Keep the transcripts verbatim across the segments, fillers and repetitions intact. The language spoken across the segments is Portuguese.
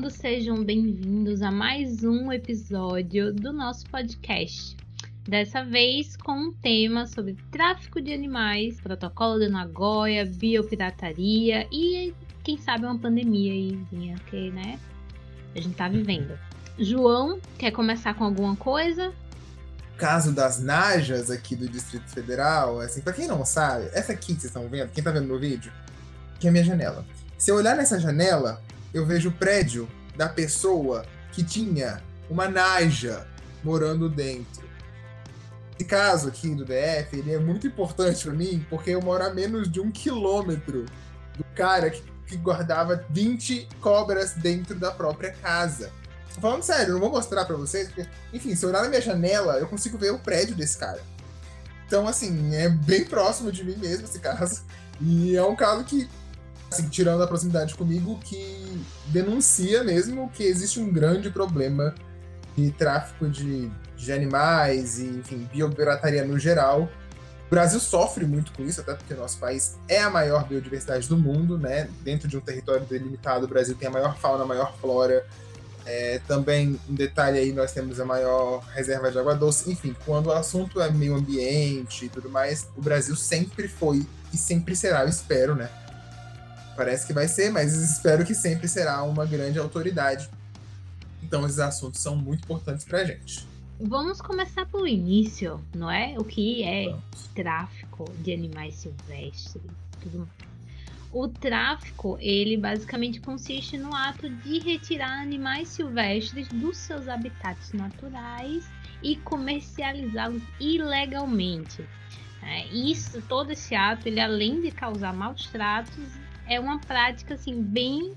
todos sejam bem-vindos a mais um episódio do nosso podcast. Dessa vez com um tema sobre tráfico de animais, protocolo de Nagoya, biopirataria e, quem sabe, uma pandemia aí, que, né, a gente tá vivendo. João, quer começar com alguma coisa? Caso das Najas aqui do Distrito Federal, assim, pra quem não sabe, essa aqui que vocês estão vendo, quem tá vendo no vídeo, que é a minha janela. Se eu olhar nessa janela, eu vejo o prédio da pessoa que tinha uma Naja morando dentro. Esse caso aqui do D F, ele é muito importante pra mim, porque eu moro a menos de um quilômetro do cara que, que guardava vinte cobras dentro da própria casa. Tô falando sério, eu não vou mostrar pra vocês, porque, enfim, se eu olhar na minha janela, eu consigo ver o prédio desse cara. Então, assim, é bem próximo de mim mesmo esse caso. E é um caso que, assim, tirando a proximidade comigo, que denuncia mesmo que existe um grande problema de tráfico de, de animais e, enfim, biopirataria no geral. O Brasil sofre muito com isso, até porque o nosso país é a maior biodiversidade do mundo, né? Dentro de um território delimitado, o Brasil tem a maior fauna, a maior flora. É, também, um detalhe aí, nós temos a maior reserva de água doce. Enfim, quando o assunto é meio ambiente e tudo mais, o Brasil sempre foi e sempre será, eu espero, né? Parece que vai ser, mas espero que sempre será uma grande autoridade. Então, esses assuntos são muito importantes pra gente. Vamos começar pelo início, não é? O que é Vamos. tráfico de animais silvestres? Tudo mais. O tráfico, ele basicamente consiste no ato de retirar animais silvestres dos seus habitats naturais e comercializá-los ilegalmente. É, isso, todo esse ato, ele além de causar maus tratos, é uma prática assim bem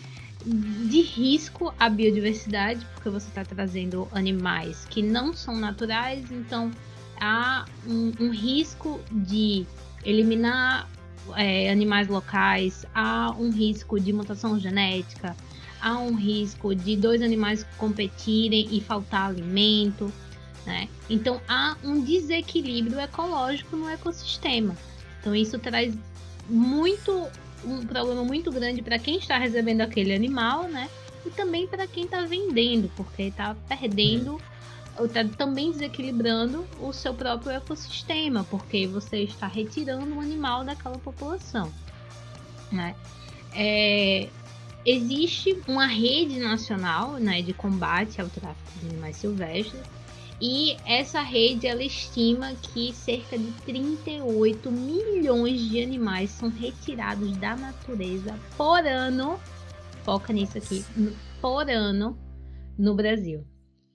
de risco à biodiversidade, porque você está trazendo animais que não são naturais, então há um, um risco de eliminar é, animais locais, há um risco de mutação genética, há um risco de dois animais competirem e faltar alimento, né? Então há um desequilíbrio ecológico no ecossistema. Então isso traz muito um problema muito grande para quem está recebendo aquele animal, né? E também para quem está vendendo, porque está perdendo, ou está também desequilibrando o seu próprio ecossistema, porque você está retirando um animal daquela população, né? É, existe uma rede nacional, né, de combate ao tráfico de animais silvestres. E essa rede, ela estima que cerca de trinta e oito milhões de animais são retirados da natureza por ano, foca nisso aqui, por ano, no Brasil.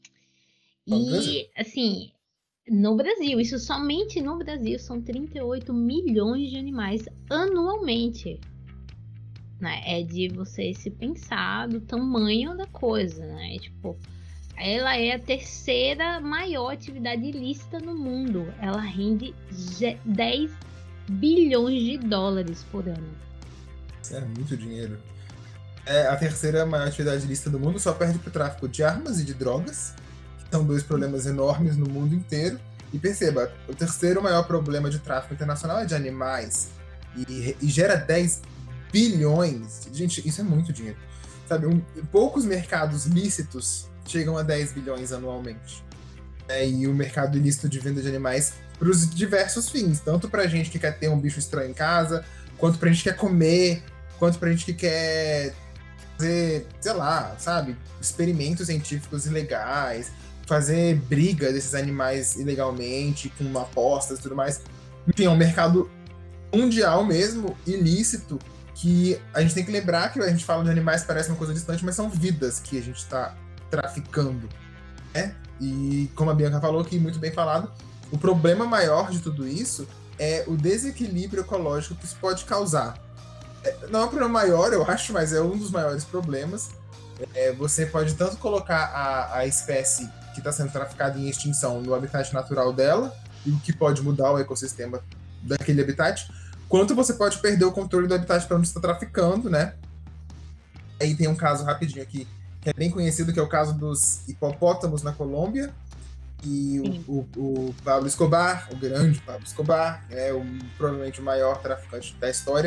No E, Brasil. assim, no Brasil, isso somente no Brasil, são trinta e oito milhões de animais anualmente. Né? É de você se pensar do tamanho da coisa, né? Tipo... Ela é a terceira maior atividade ilícita no mundo. Ela rende dez bilhões de dólares por ano. Isso é muito dinheiro. É a terceira maior atividade ilícita do mundo, só perde pro tráfico de armas e de drogas, que são dois problemas enormes no mundo inteiro. E perceba, o terceiro maior problema de tráfico internacional é de animais. E, e gera dez bilhões. Gente, isso é muito dinheiro. Sabe, um, poucos mercados lícitos chegam a dez bilhões anualmente. É, e o mercado ilícito de venda de animais para os diversos fins, tanto para gente que quer ter um bicho estranho em casa, quanto para gente que quer comer, quanto para gente que quer fazer, sei lá, sabe, experimentos científicos ilegais, fazer briga desses animais ilegalmente, com apostas e tudo mais. Enfim, é um mercado mundial mesmo, ilícito, que a gente tem que lembrar que a gente fala de animais, parece uma coisa distante, mas são vidas que a gente está traficando, né? E como a Bianca falou aqui, muito bem falado, o problema maior de tudo isso é o desequilíbrio ecológico que isso pode causar. É, não é um problema maior, eu acho, mas é um dos maiores problemas. É, você pode tanto colocar a, a espécie que está sendo traficada em extinção no habitat natural dela, e o que pode mudar o ecossistema daquele habitat, quanto você pode perder o controle do habitat para onde você está traficando, né? Aí tem um caso rapidinho aqui, que é bem conhecido, que é o caso dos hipopótamos na Colômbia. E o, o, o Pablo Escobar, o grande Pablo Escobar, é o, provavelmente o maior traficante da história,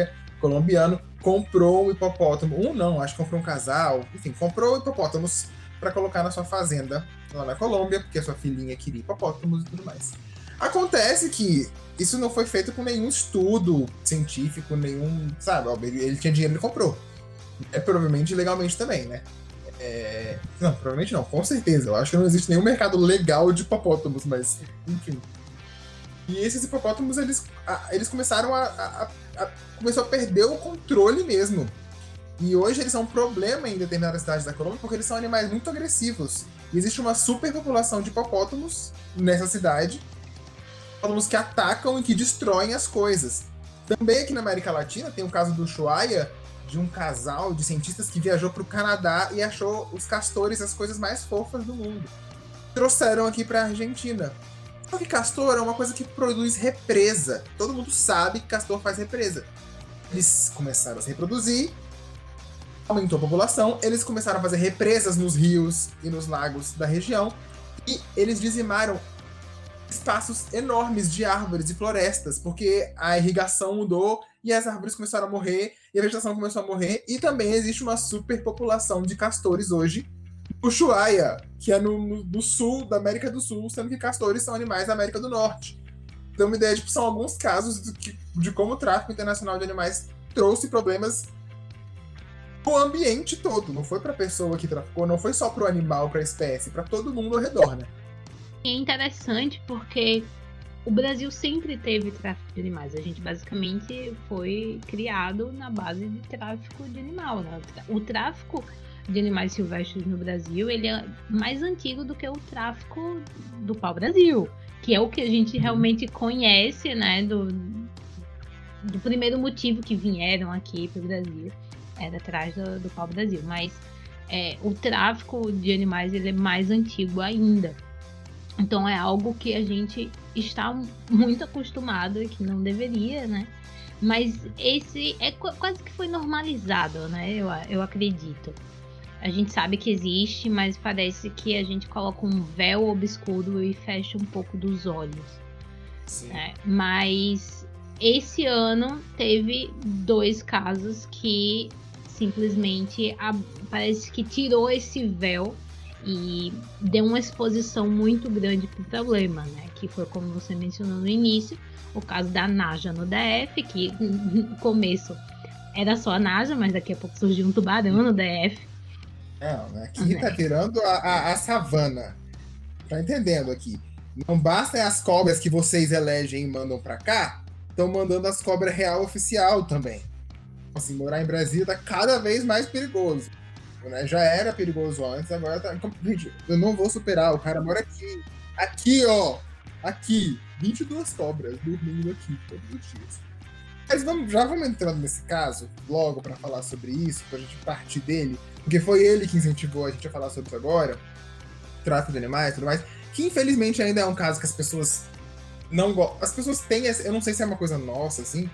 colombiano comprou um hipopótamo, um não, acho que comprou um casal, enfim, comprou hipopótamos para colocar na sua fazenda lá na Colômbia, porque a sua filhinha queria hipopótamos e tudo mais. Acontece que isso não foi feito com nenhum estudo científico, nenhum, sabe, ele, ele tinha dinheiro, ele comprou. É provavelmente legalmente também, né? É... Não, provavelmente não, com certeza. Eu acho que não existe nenhum mercado legal de hipopótamos, mas, enfim. E esses hipopótamos, eles, eles começaram a, a, a, começou a perder o controle mesmo. E hoje eles são um problema em determinadas cidades da Colômbia porque eles são animais muito agressivos. E existe uma superpopulação de hipopótamos nessa cidade. Hipopótamos que atacam e que destroem as coisas. Também aqui na América Latina tem o caso do Ushuaia, de um casal de cientistas que viajou para o Canadá e achou os castores as coisas mais fofas do mundo. Trouxeram aqui para a Argentina. Só que castor é uma coisa que produz represa. Todo mundo sabe que castor faz represa. Eles começaram a se reproduzir, aumentou a população, eles começaram a fazer represas nos rios e nos lagos da região e eles dizimaram espaços enormes de árvores e florestas, porque a irrigação mudou e as árvores começaram a morrer e a vegetação começou a morrer, e também existe uma superpopulação de castores hoje. O Ushuaia, que é no, no, no sul da América do Sul, sendo que castores são animais da América do Norte. Então, uma ideia, tipo, são alguns casos de, que, de como o tráfico internacional de animais trouxe problemas pro ambiente todo. Não foi pra pessoa que traficou, não foi só pro animal, pra espécie, pra todo mundo ao redor, né? É interessante porque o Brasil sempre teve tráfico de animais. A gente basicamente foi criado na base de tráfico de animal, né? O tráfico de animais silvestres no Brasil, ele é mais antigo do que o tráfico do pau-brasil, que é o que a gente realmente conhece, né? Do, do primeiro motivo que vieram aqui para o Brasil, era atrás do, do pau-brasil. Mas é, o tráfico de animais, ele é mais antigo ainda. Então é algo que a gente está muito acostumado e que não deveria, né? Mas esse é quase que foi normalizado, né? Eu, eu acredito. A gente sabe que existe, mas parece que a gente coloca um véu obscuro e fecha um pouco dos olhos. Sim. Né? Mas esse ano teve dois casos que simplesmente a, parece que tirou esse véu e deu uma exposição muito grande para o problema, né? Que foi, como você mencionou no início, o caso da Naja no D F, que no começo era só a Naja, mas daqui a pouco surgiu um tubarão no D F. Não, aqui tá tirando a, a, a savana. Tá entendendo aqui? Não basta as cobras que vocês elegem e mandam pra cá, estão mandando as cobras real oficial também. Assim, morar em Brasília tá cada vez mais perigoso. Né? Já era perigoso antes, agora tá... Gente, eu não vou superar, o cara mora aqui. Aqui, ó! Aqui! vinte e duas cobras dormindo aqui todos os dias. Mas vamos, já vamos entrando nesse caso, logo, pra falar sobre isso, pra gente partir dele, porque foi ele que incentivou a gente a falar sobre isso agora, tráfico de animais e tudo mais, que infelizmente ainda é um caso que as pessoas não gostam. As pessoas têm, essa, eu não sei se é uma coisa nossa, assim,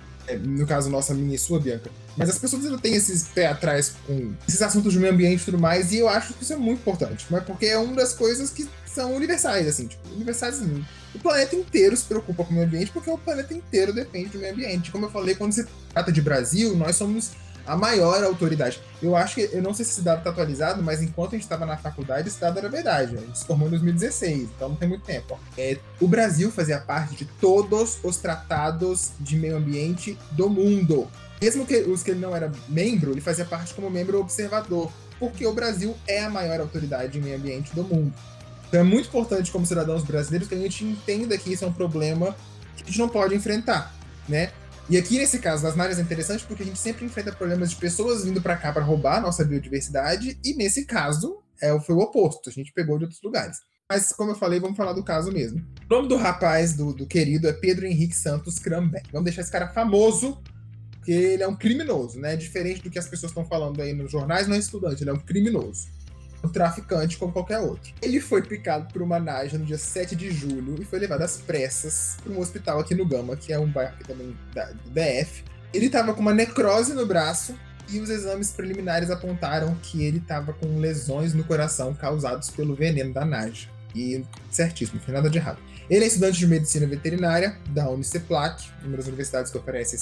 no caso nossa, minha e sua, Bianca, mas as pessoas ainda têm esses pé atrás com esses assuntos do meio ambiente e tudo mais, e eu acho que isso é muito importante, mas porque é uma das coisas que são universais, assim, tipo, universais assim. O planeta inteiro se preocupa com o meio ambiente porque o planeta inteiro depende do meio ambiente. Como eu falei, quando se trata de Brasil, nós somos a maior autoridade. Eu acho que, eu não sei se esse dado está atualizado, mas enquanto a gente estava na faculdade, esse dado era verdade. A gente se formou em dois mil e dezesseis, então não tem muito tempo. É, o Brasil fazia parte de todos os tratados de meio ambiente do mundo. Mesmo que os que ele não era membro, ele fazia parte como membro observador, porque o Brasil é a maior autoridade de meio ambiente do mundo. Então é muito importante, como cidadãos brasileiros, que a gente entenda que isso é um problema que a gente não pode enfrentar, né? E aqui, nesse caso, das Nárias é interessante porque a gente sempre enfrenta problemas de pessoas vindo para cá para roubar a nossa biodiversidade, e nesse caso, é, foi o oposto, a gente pegou de outros lugares. Mas, como eu falei, vamos falar do caso mesmo. O nome do rapaz, do, do querido, é Pedro Henrique Santos Crambeck. Vamos deixar esse cara famoso, porque ele é um criminoso, né? Diferente do que as pessoas estão falando aí nos jornais, não é estudante, ele é um criminoso. Um traficante como qualquer outro. Ele foi picado por uma naja no dia sete de julho e foi levado às pressas para um hospital aqui no Gama, que é um bairro aqui também da, do D F. Ele estava com uma necrose no braço e os exames preliminares apontaram que ele estava com lesões no coração causados pelo veneno da naja. E certíssimo, não foi nada de errado. Ele é estudante de medicina veterinária da Uniceplac, uma das universidades que oferece esse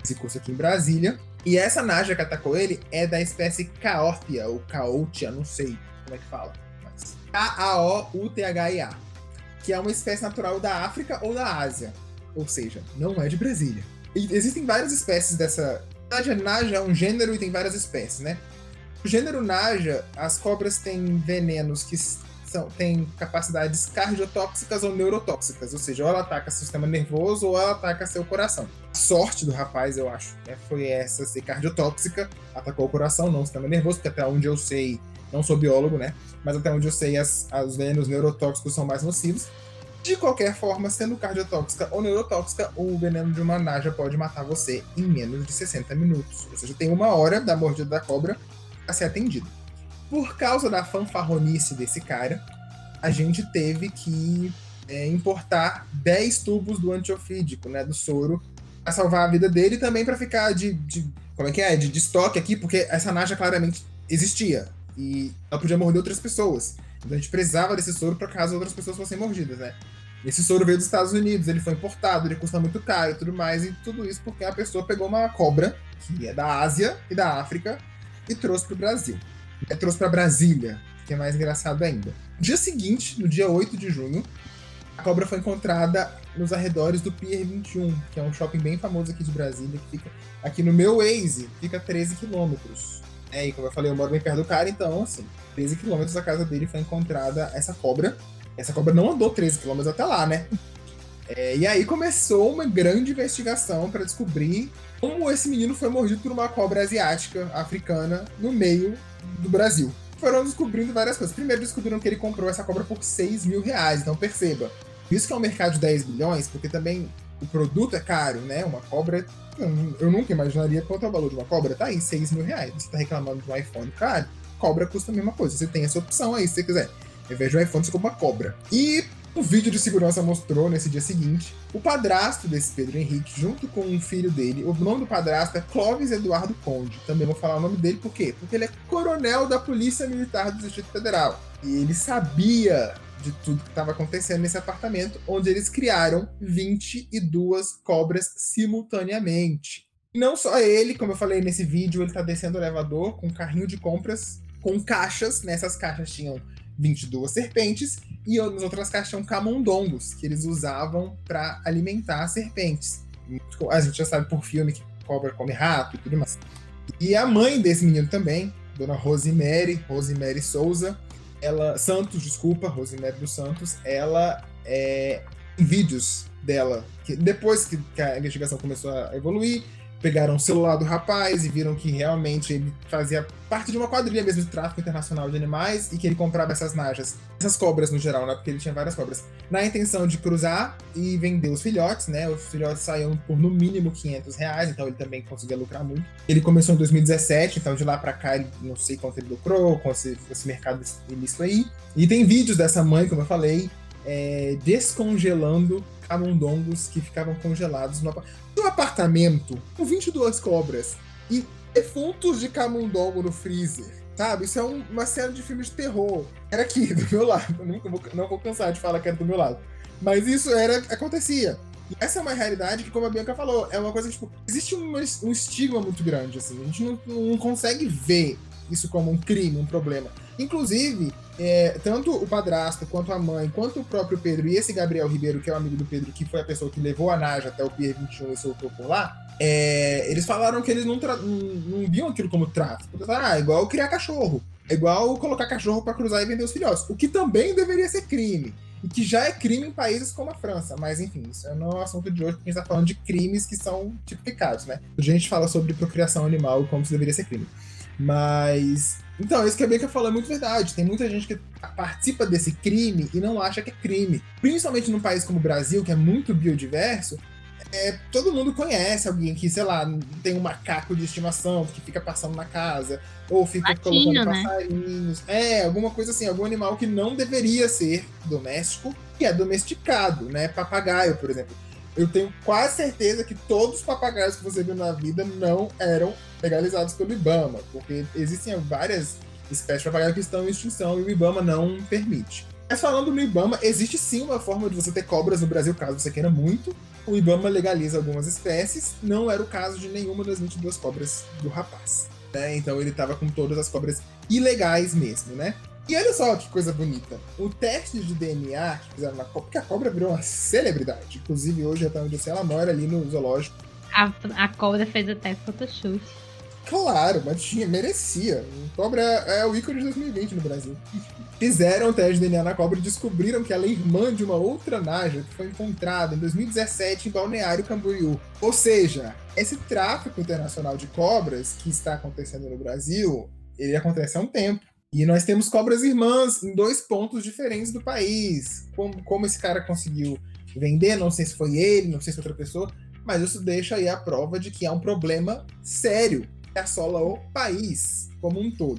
esse curso aqui em Brasília. E essa naja que atacou ele é da espécie Caorthia, ou Caotia, não sei como é que fala. Mas K A O U T H I A, que é uma espécie natural da África ou da Ásia. Ou seja, não é de Brasília. E existem várias espécies dessa... Naja, naja é um gênero e tem várias espécies, né? O gênero naja, as cobras têm venenos que são, têm capacidades cardiotóxicas ou neurotóxicas. Ou seja, ou ela ataca seu sistema nervoso ou ela ataca seu coração. A sorte do rapaz, eu acho, né, foi essa ser cardiotóxica. Atacou o coração, não o sistema nervoso, porque até onde eu sei... Não sou biólogo, né? Mas até onde eu sei, as, os venenos neurotóxicos são mais nocivos. De qualquer forma, sendo cardiotóxica ou neurotóxica, o veneno de uma naja pode matar você em menos de sessenta minutos. Ou seja, tem uma hora da mordida da cobra a ser atendido. Por causa da fanfarronice desse cara, a gente teve que é, importar dez tubos do antiofídico, né, do soro, para salvar a vida dele e também para ficar de, de... Como é que é? De, de estoque aqui, porque essa naja claramente existia. E ela podia morder outras pessoas. Então a gente precisava desse soro para caso outras pessoas fossem mordidas, né? Esse soro veio dos Estados Unidos, ele foi importado, ele custa muito caro e tudo mais, e tudo isso porque a pessoa pegou uma cobra, que é da Ásia e da África, e trouxe pro Brasil. E trouxe para Brasília, que é mais engraçado ainda. No dia seguinte, no dia oito de junho, a cobra foi encontrada nos arredores do Pier vinte e um, que é um shopping bem famoso aqui de Brasília, que fica aqui no meu Waze, fica treze quilômetros. É, e como eu falei, eu moro bem perto do cara, então, assim, treze quilômetros da casa dele foi encontrada essa cobra. Essa cobra não andou treze quilômetros até lá, né? É, e aí começou uma grande investigação para descobrir como esse menino foi mordido por uma cobra asiática, africana, no meio do Brasil. Foram descobrindo várias coisas. Primeiro descobriram que ele comprou essa cobra por seis mil reais, então perceba. Isso que é um mercado de dez bilhões, porque também o produto é caro, né? Uma cobra... Eu nunca imaginaria quanto é o valor de uma cobra. Tá aí, seis mil reais. Você tá reclamando de um iPhone caro, cobra custa a mesma coisa. Você tem essa opção aí, se você quiser. Ao invés de um iPhone, você compra uma cobra. E o vídeo de segurança mostrou, nesse dia seguinte, o padrasto desse Pedro Henrique, junto com um filho dele. O nome do padrasto é Clóvis Eduardo Conde. Também vou falar o nome dele, por quê? Porque ele é coronel da Polícia Militar do Distrito Federal. E ele sabia de tudo que estava acontecendo nesse apartamento, onde eles criaram vinte e duas cobras simultaneamente. E não só ele, como eu falei nesse vídeo, ele tá descendo o elevador com um carrinho de compras, com caixas. Nessas caixas tinham vinte e duas serpentes, e nas outras caixas tinham camundongos, que eles usavam para alimentar serpentes. A gente já sabe por filme que cobra come rato e tudo mais. E a mãe desse menino também, dona Rosemary, Rosemary Souza, ela, Santos, desculpa, Rosemary dos Santos, ela é, em vídeos dela, que depois que, que a investigação começou a evoluir, pegaram o celular do rapaz e viram que realmente ele fazia parte de uma quadrilha mesmo de tráfico internacional de animais e que ele comprava essas najas, essas cobras no geral, né? Porque ele tinha várias cobras, na intenção de cruzar e vender os filhotes, né? Os filhotes saíam por no mínimo quinhentos reais, então ele também conseguia lucrar muito. Ele começou em dois mil e dezessete, então de lá pra cá ele não sei quanto ele lucrou com esse, esse mercado ilícito aí. E tem vídeos dessa mãe, como eu falei, é, descongelando camundongos que ficavam congelados no, no apartamento com vinte e duas cobras e defuntos de camundongo no freezer, sabe? Isso é um, uma série de filmes de terror. Era aqui, do meu lado. Eu nunca vou, não vou cansar de falar que era do meu lado. Mas isso era, acontecia. E essa é uma realidade que, como a Bianca falou, é uma coisa que, tipo, existe um, um estigma muito grande, assim. A gente não, não consegue ver isso como um crime, um problema. Inclusive, é, tanto o padrasto, quanto a mãe, quanto o próprio Pedro e esse Gabriel Ribeiro, que é o amigo do Pedro, que foi a pessoa que levou a naja até o Pier vinte e um e soltou por lá, é, eles falaram que eles não, tra- não, não viam aquilo como tráfico. Eles falaram, ah, é igual criar cachorro. É igual colocar cachorro para cruzar e vender os filhotes. O que também deveria ser crime. E que já é crime em países como a França. Mas, enfim, isso não é o assunto de hoje, porque a gente está falando de crimes que são tipificados, né? Hoje a gente fala sobre procriação animal e como isso deveria ser crime. Mas... Então, isso que a Bianca falou é muito verdade. Tem muita gente que participa desse crime e não acha que é crime. Principalmente num país como o Brasil, que é muito biodiverso, é, todo mundo conhece alguém que, sei lá, tem um macaco de estimação que fica passando na casa, ou fica Latino, colocando né? passarinhos. É, alguma coisa assim, algum animal que não deveria ser doméstico, que é domesticado, né? Papagaio, por exemplo. Eu tenho quase certeza que todos os papagaios que você viu na vida não eram legalizados pelo IBAMA, porque existem várias espécies de papagaio que estão em extinção e o IBAMA não permite. Mas falando no IBAMA, existe sim uma forma de você ter cobras no Brasil, caso você queira muito, o Ibama legaliza algumas espécies, não era o caso de nenhuma das vinte e duas cobras do rapaz, né? Então ele estava com todas as cobras ilegais mesmo, né? E olha só que coisa bonita. O teste de D N A que fizeram na cobra, porque a cobra virou uma celebridade. Inclusive, hoje, até onde eu sei, ela mora ali no zoológico. A, a cobra fez até photoshoot. Claro, mas tinha, merecia. A cobra é o ícone de dois mil e vinte no Brasil. Fizeram o teste de D N A na cobra e descobriram que ela é irmã de uma outra naja que foi encontrada em dois mil e dezessete em Balneário Camboriú. Ou seja, esse tráfico internacional de cobras que está acontecendo no Brasil, ele acontece há um tempo. E nós temos cobras irmãs em dois pontos diferentes do país. Como, como esse cara conseguiu vender, não sei se foi ele, não sei se outra pessoa, mas isso deixa aí a prova de que há um problema sério que assola o país como um todo.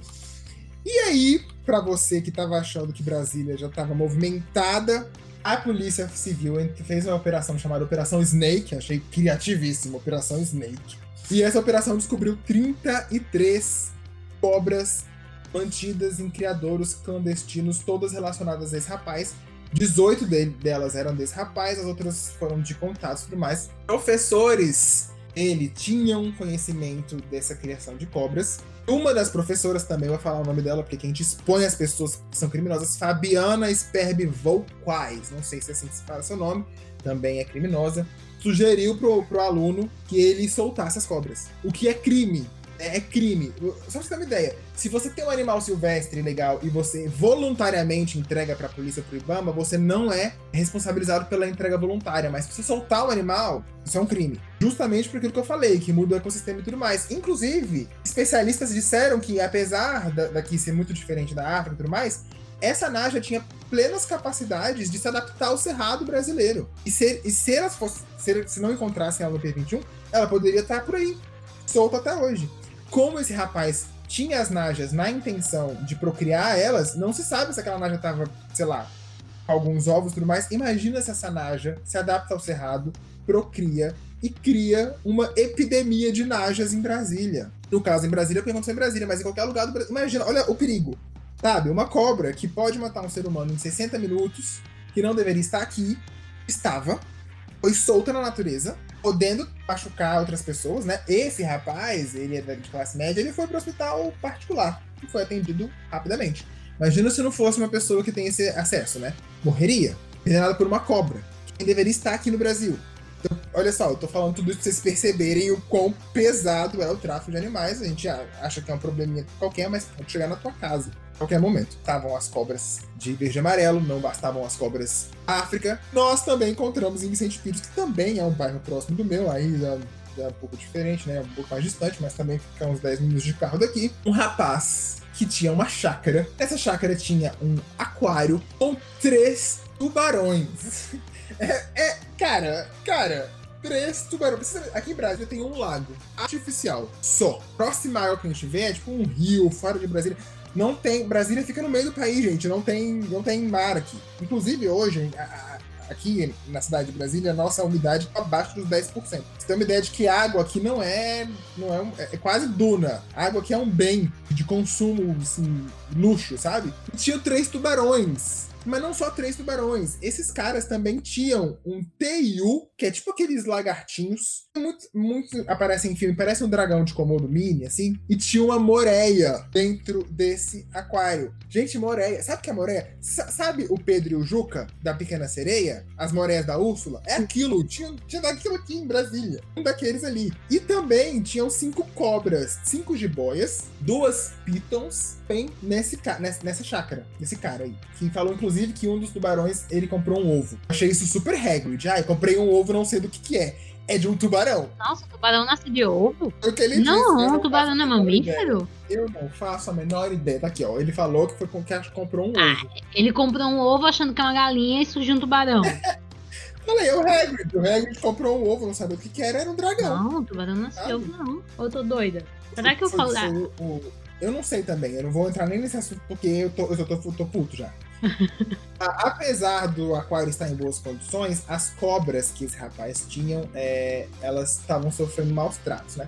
E aí, para você que estava achando que Brasília já estava movimentada, a Polícia Civil fez uma operação chamada Operação Snake, achei criativíssima, Operação Snake. E essa operação descobriu trinta e três cobras mantidas em criadouros clandestinos, todas relacionadas a esse rapaz. dezoito delas eram desse rapaz, as outras foram de contatos e tudo mais. Professores, ele tinham conhecimento dessa criação de cobras. Uma das professoras, também vou falar o nome dela, porque quem te expõe as pessoas que são criminosas, Fabiana Sperbe Volquais, não sei se é assim que se fala seu nome, também é criminosa, sugeriu pro, pro aluno que ele soltasse as cobras. O que é crime. É crime. Só pra você ter uma ideia, se você tem um animal silvestre legal e você voluntariamente entrega pra polícia ou pro Ibama, você não é responsabilizado pela entrega voluntária, mas se você soltar o animal, isso é um crime. Justamente por aquilo que eu falei, que muda o ecossistema e tudo mais. Inclusive, especialistas disseram que, apesar da, daqui ser muito diferente da África e tudo mais, essa naja tinha plenas capacidades de se adaptar ao cerrado brasileiro. E, ser, e se elas fosse, se, se não encontrassem ela no P vinte e um, ela poderia estar por aí, solta até hoje. Como esse rapaz tinha as najas na intenção de procriar elas, não se sabe se aquela naja estava, sei lá, com alguns ovos e tudo mais. Imagina se essa naja se adapta ao cerrado, procria e cria uma epidemia de najas em Brasília. No caso, em Brasília, porque aconteceu em Brasília, mas em qualquer lugar do Brasil. Imagina, olha o perigo. Sabe, uma cobra que pode matar um ser humano em sessenta minutos, que não deveria estar aqui, estava, foi solta na natureza, podendo machucar outras pessoas, né? Esse rapaz, ele é de classe média, ele foi para o hospital particular e foi atendido rapidamente. Imagina se não fosse uma pessoa que tem esse acesso, né? Morreria, envenenada por uma cobra, quem deveria estar aqui no Brasil. Então, olha só, eu tô falando tudo isso pra vocês perceberem o quão pesado é o tráfico de animais. A gente acha que é um probleminha qualquer, mas pode chegar na tua casa a qualquer momento. Estavam as cobras de verde e amarelo, não bastavam as cobras África. Nós também encontramos em Vicente Pires, que também é um bairro próximo do meu, aí já, já é um pouco diferente, né? Um pouco mais distante, mas também fica uns dez minutos de carro daqui. Um rapaz que tinha uma chácara. Essa chácara tinha um aquário com três tubarões. É, é, cara, cara, três tubarões. Aqui em Brasília tem um lago artificial só. Próxima água que a gente vê é tipo um rio fora de Brasília. Não tem. Brasília fica no meio do país, gente. Não tem, não tem mar aqui. Inclusive, hoje, a, a, aqui na cidade de Brasília, a nossa umidade está abaixo dos dez por cento. Você tem uma ideia de que a água aqui não é. Não é, um, é quase duna. A água aqui é um bem de consumo, assim, luxo, sabe? E tinha três tubarões. Mas não só três tubarões. Esses caras também tinham um T I U, que é tipo aqueles lagartinhos. Muito, muito aparecem em filme, parece um dragão de Komodo mini, assim. E tinha uma moreia dentro desse aquário. Gente, moreia. Sabe o que é moreia? S- sabe o Pedro e o Juca, da Pequena Sereia? As moreias da Úrsula? É aquilo. Tinha, tinha daquilo aqui em Brasília. Um daqueles ali. E também tinham cinco cobras, cinco jiboias, duas pitons, bem nesse, nessa, nessa chácara. Nesse cara aí. Que falou, inclusive, que um dos tubarões, ele comprou um ovo. Achei isso super Hagrid. Ah, eu comprei um ovo, não sei do que que é. É de um tubarão. Nossa, o tubarão nasce de ovo? Foi o que ele não, disse. o tubarão não é mamífero? Eu não faço a menor ideia. Tá aqui, ó. Ele falou que foi com que comprou um ah, ovo. Ele comprou um ovo achando que é uma galinha e surgiu um tubarão. Falei, é o Hagrid. O Hagrid comprou um ovo, não sabia o que que era, era um dragão. Não, o tubarão nasceu, não. Ou eu tô doida? Será que eu foi, falo... foi o, o, eu não sei também. Eu não vou entrar nem nesse assunto porque eu tô, eu tô, tô, tô puto já. Apesar do aquário estar em boas condições, as cobras que esse rapaz tinham, é, elas estavam sofrendo maus tratos, né?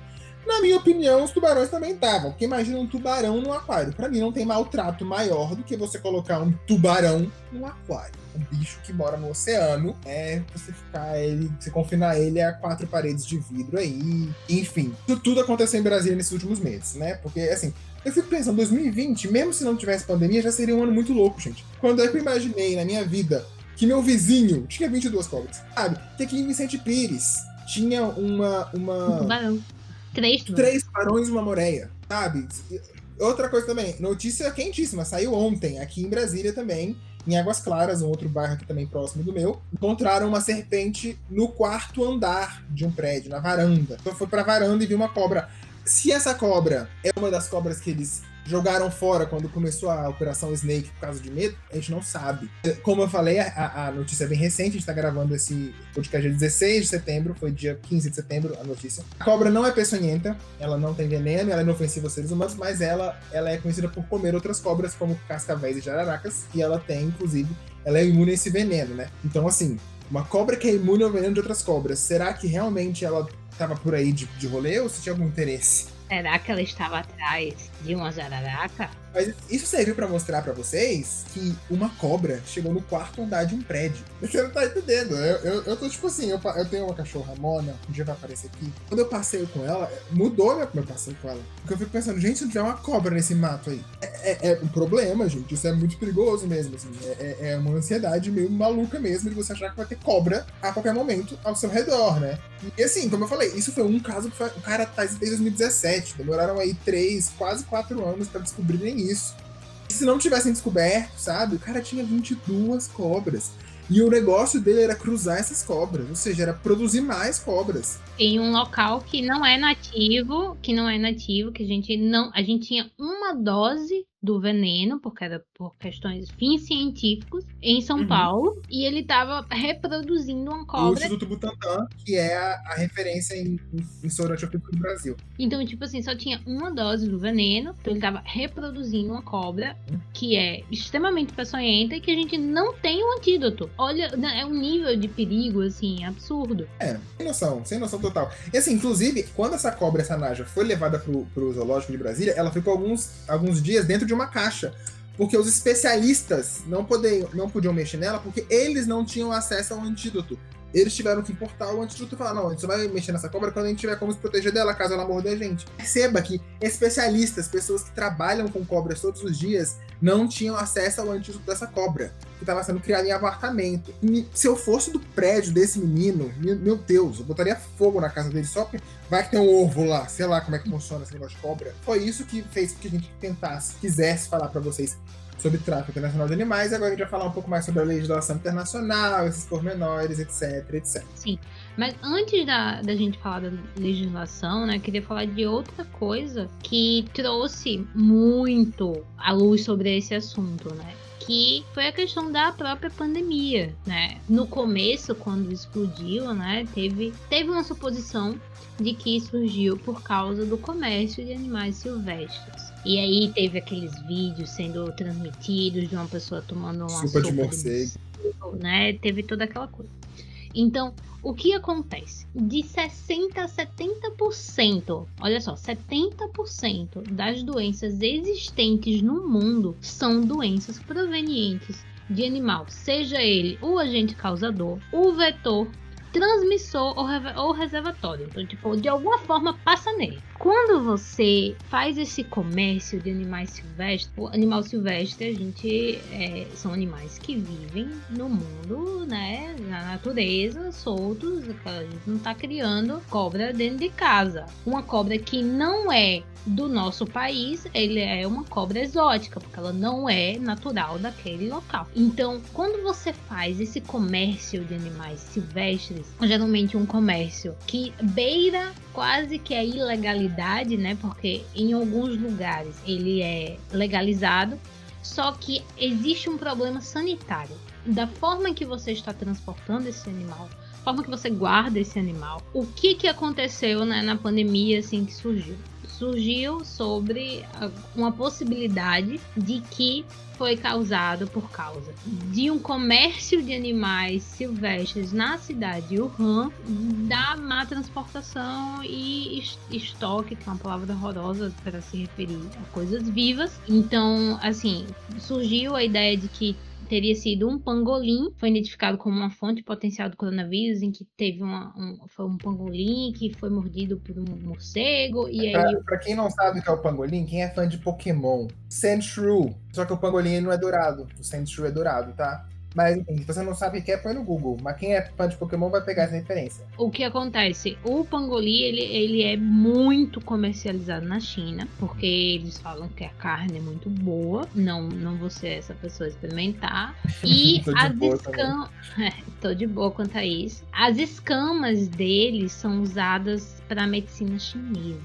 Na minha opinião, os tubarões também estavam. Porque imagina um tubarão no aquário. Pra mim, não tem maltrato maior do que você colocar um tubarão no aquário. Um bicho que mora no oceano, é você ficar ele, você confinar ele a quatro paredes de vidro aí. Enfim, isso tudo aconteceu em Brasília nesses últimos meses, né? Porque, assim, eu fico pensando, dois mil e vinte, mesmo se não tivesse pandemia, já seria um ano muito louco, gente. Quando é que eu imaginei na minha vida que meu vizinho tinha vinte e duas cobras, sabe? Que aqui em Vicente Pires tinha uma... uma... Um tubarão. Três tubarões. Três tubarões e uma moreia, sabe? Outra coisa também, notícia quentíssima, saiu ontem, aqui em Brasília também, em Águas Claras, um outro bairro aqui também próximo do meu, encontraram uma serpente no quarto andar de um prédio, na varanda. Então foi pra varanda e viu uma cobra. Se essa cobra é uma das cobras que eles jogaram fora quando começou a Operação Snake por causa de medo, a gente não sabe. Como eu falei, a, a notícia é bem recente, a gente tá gravando esse podcast dia dezesseis de setembro, foi dia quinze de setembro a notícia. A cobra não é peçonhenta, ela não tem veneno, ela é inofensiva aos seres humanos, mas ela, ela é conhecida por comer outras cobras, como cascavéis e jararacas, e ela tem, inclusive, ela é imune a esse veneno, né? Então, assim, uma cobra que é imune ao veneno de outras cobras, será que realmente ela tava por aí de, de rolê ou se tinha algum interesse? Será que ela estava atrás de uma jararaca? Mas isso serviu pra mostrar pra vocês que uma cobra chegou no quarto andar de um prédio. Você não tá entendendo. Eu, eu, eu tô tipo assim, eu, eu tenho uma cachorra Mona, um dia vai aparecer aqui. Quando eu passeio com ela, mudou meu, meu passeio com ela. Porque eu fico pensando, gente, se não tiver uma cobra nesse mato aí, é, é, é um problema, gente. Isso é muito perigoso mesmo, assim. É, é uma ansiedade meio maluca mesmo de você achar que vai ter cobra a qualquer momento ao seu redor, né? E assim, como eu falei, isso foi um caso que foi, o cara tá desde dois mil e dezessete. Demoraram aí três, quase quatro anos pra descobrirem isso. E se não tivessem descoberto, sabe? O cara tinha vinte e duas cobras. E o negócio dele era cruzar essas cobras, ou seja, era produzir mais cobras. Em um local que não é nativo, que não é nativo, que a gente não, a gente tinha uma dose do veneno, porque era por questões fins científicos, em São uhum. Paulo, e ele estava reproduzindo uma cobra. O Instituto Butantan, que é a, a referência em, em, em soro antiofídico do Brasil. Então, tipo assim, só tinha uma dose do veneno, então ele estava reproduzindo uma cobra que é extremamente peçonhenta e que a gente não tem um antídoto. Olha, é um nível de perigo, assim, absurdo. É, sem noção, sem noção total. E assim, inclusive, quando essa cobra, essa naja, foi levada pro, pro zoológico de Brasília, ela ficou alguns, alguns dias dentro de uma caixa, porque os especialistas não, podiam, não podiam mexer nela, porque eles não tinham acesso ao antídoto. Eles tiveram que importar o antídoto e falar, não, a gente só vai mexer nessa cobra quando a gente tiver como se proteger dela, caso ela morda a gente. Perceba que especialistas, pessoas que trabalham com cobras todos os dias, não tinham acesso ao antídoto dessa cobra, que estava sendo criada em apartamento. E se eu fosse do prédio desse menino, meu Deus, eu botaria fogo na casa dele só porque vai que tem um ovo lá, sei lá como é que funciona esse negócio de cobra. Foi isso que fez com que a gente tentasse, quisesse falar para vocês sobre tráfico internacional de animais. Agora a gente vai falar um pouco mais sobre a legislação internacional, esses pormenores, etc, etcétera. Sim, mas antes da, da gente falar da legislação, né, eu queria falar de outra coisa que trouxe muito a luz sobre esse assunto, né? Que foi a questão da própria pandemia, né? No começo, quando explodiu, né, teve, teve uma suposição de que surgiu por causa do comércio de animais silvestres. E aí teve aqueles vídeos sendo transmitidos de uma pessoa tomando uma sopa, sopa de morcego, né? Teve toda aquela coisa. Então, o que acontece? De sessenta a setenta por cento, olha só, setenta por cento das doenças existentes no mundo são doenças provenientes de animal, seja ele o agente causador, o vetor, transmissor ou, ou reservatório. Então, tipo, de alguma forma passa nele. Quando você faz esse comércio de animais silvestres, o animal silvestre, a gente é, são animais que vivem no mundo, né, na natureza, soltos. A gente não tá criando cobra dentro de casa. Uma cobra que não é do nosso país, ele é uma cobra exótica, porque ela não é natural daquele local. Então, quando você faz esse comércio de animais silvestres, geralmente um comércio que beira quase que a ilegalidade, né? Porque em alguns lugares ele é legalizado, só que existe um problema sanitário. Da forma que você está transportando esse animal, da forma que você guarda esse animal, o que que aconteceu, né, na pandemia assim que surgiu? surgiu sobre uma possibilidade de que foi causado por causa de um comércio de animais silvestres na cidade de Wuhan, da má transportação e estoque, que é uma palavra horrorosa para se referir a coisas vivas. Então, assim, surgiu a ideia de que teria sido um pangolim, foi identificado como uma fonte potencial do coronavírus, em que teve uma, um, foi um pangolim que foi mordido por um morcego, e pra, aí... Pra quem não sabe o que é o pangolim, quem é fã de Pokémon, Sandshrew, só que o pangolim não é dourado, o Sandshrew é dourado, tá? Mas, enfim, se você não sabe o que é, põe no Google. Mas quem é fã de Pokémon vai pegar essa referência. O que acontece? O pangolim, ele, ele é muito comercializado na China, porque eles falam que a carne é muito boa. Não, não vou ser essa pessoa a experimentar. E as escamas... Tô de boa quanto a isso. As escamas deles são usadas para a medicina chinesa.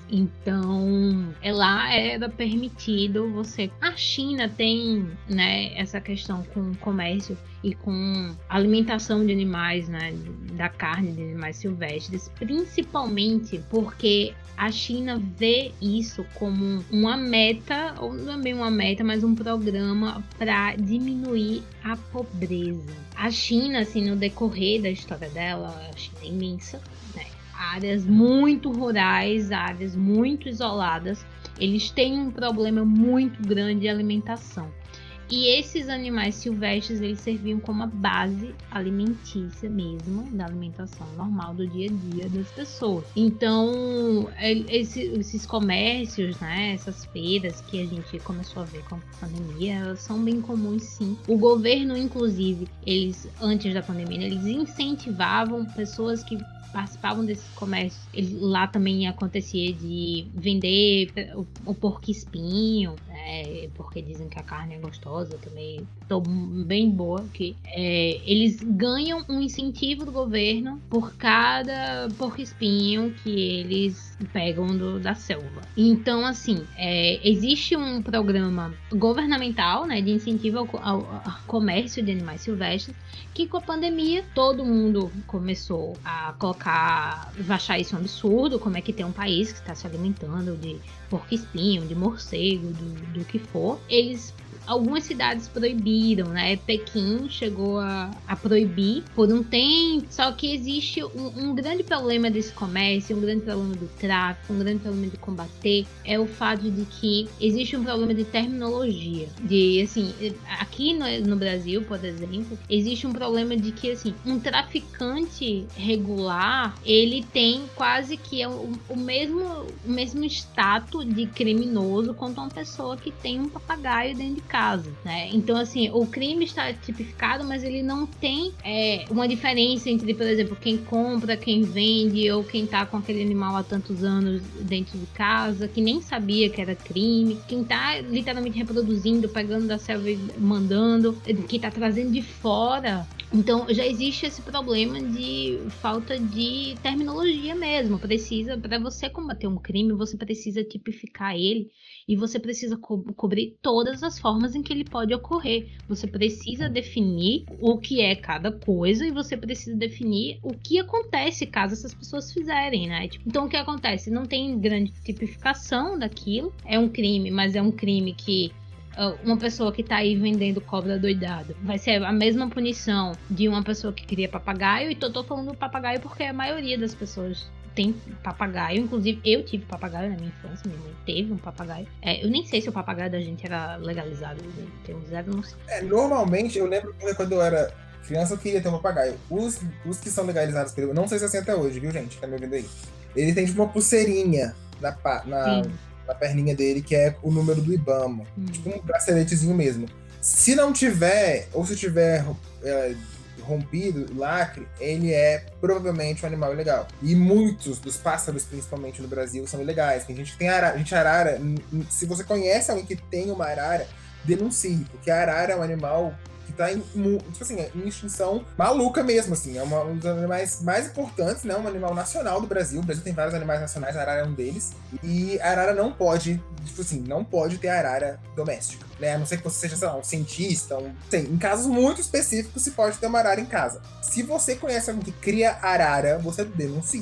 Então, lá era permitido você... A China tem, né, essa questão com o comércio e com alimentação de animais, né, da carne de animais silvestres, principalmente porque a China vê isso como uma meta, ou não é bem uma meta, mas um programa para diminuir a pobreza. A China, assim, no decorrer da história dela, a China é imensa, né, áreas muito rurais, áreas muito isoladas, eles têm um problema muito grande de alimentação. E esses animais silvestres, eles serviam como a base alimentícia mesmo, da alimentação normal do dia a dia das pessoas. Então, esse, esses comércios, né, essas feiras que a gente começou a ver com a pandemia, elas são bem comuns, sim. O governo, inclusive, eles, antes da pandemia, eles incentivavam pessoas que participavam desses comércios. Ele, lá também acontecia de vender o, o porco-espinho, né, porque dizem que a carne é gostosa, também tô bem boa aqui. É, eles ganham um incentivo do governo por cada porco-espinho que eles pegam do, da selva. Então, assim, é, existe um programa governamental, né, de incentivo ao, ao, ao comércio de animais silvestres, que com a pandemia todo mundo começou a colocar, achar isso um absurdo, como é que tem um país que está se alimentando de porco-espinho, de morcego, do, do que for. Eles... Algumas cidades proibiram, né? Pequim chegou a, a proibir por um tempo. Só que existe um, um grande problema desse comércio, um grande problema do tráfico, um grande problema de combater, é o fato de que existe um problema de terminologia. De, assim, aqui no, no Brasil, por exemplo, existe um problema de que, assim, um traficante regular, ele tem quase que o, o, mesmo, o mesmo status de criminoso quanto uma pessoa que tem um papagaio dentro de casa, né? Então, assim, o crime está tipificado, mas ele não tem é, uma diferença entre, por exemplo, quem compra, quem vende, ou quem tá com aquele animal há tantos anos dentro de casa, que nem sabia que era crime, quem tá literalmente reproduzindo, pegando da selva e mandando, que tá trazendo de fora. Então, já existe esse problema de falta de terminologia mesmo. Precisa, para você combater um crime, você precisa tipificar ele e você precisa co- cobrir todas as formas em que ele pode ocorrer. Você precisa definir o que é cada coisa e você precisa definir o que acontece caso essas pessoas fizerem, né? Tipo, então, o que acontece? Não tem grande tipificação daquilo. É um crime, mas é um crime que uma pessoa que tá aí vendendo cobra doidada vai ser a mesma punição de uma pessoa que cria papagaio. E tô, tô falando do papagaio porque a maioria das pessoas tem papagaio. Inclusive, eu tive papagaio na minha infância. Minha mãe teve um papagaio. É, eu nem sei se o papagaio da gente era legalizado. Tem um zero, não sei. É, normalmente, eu lembro que quando eu era criança, eu queria ter um papagaio. Os, os que são legalizados pelo... Não sei se é assim até hoje, viu, gente? Tá me ouvindo aí? Ele tem tipo uma pulseirinha na... na... na perninha dele, que é o número do IBAMA. Hum. Tipo um braceletezinho mesmo. Se não tiver, ou se tiver é, rompido o lacre, ele é provavelmente um animal ilegal. E muitos dos pássaros, principalmente no Brasil, são ilegais. Tem gente que tem arara. Gente, arara, se você conhece alguém que tem uma arara, denuncie, porque a arara é um animal que tá em, tipo assim, em extinção maluca mesmo, assim. É uma, um dos animais mais importantes, né? Um animal nacional do Brasil. O Brasil tem vários animais nacionais, a arara é um deles. E a arara não pode, tipo assim, não pode ter arara doméstica, né? A não ser que você seja, sei lá, um cientista, um... Tem, em casos muito específicos, se pode ter uma arara em casa. Se você conhece alguém que cria arara, você denuncia.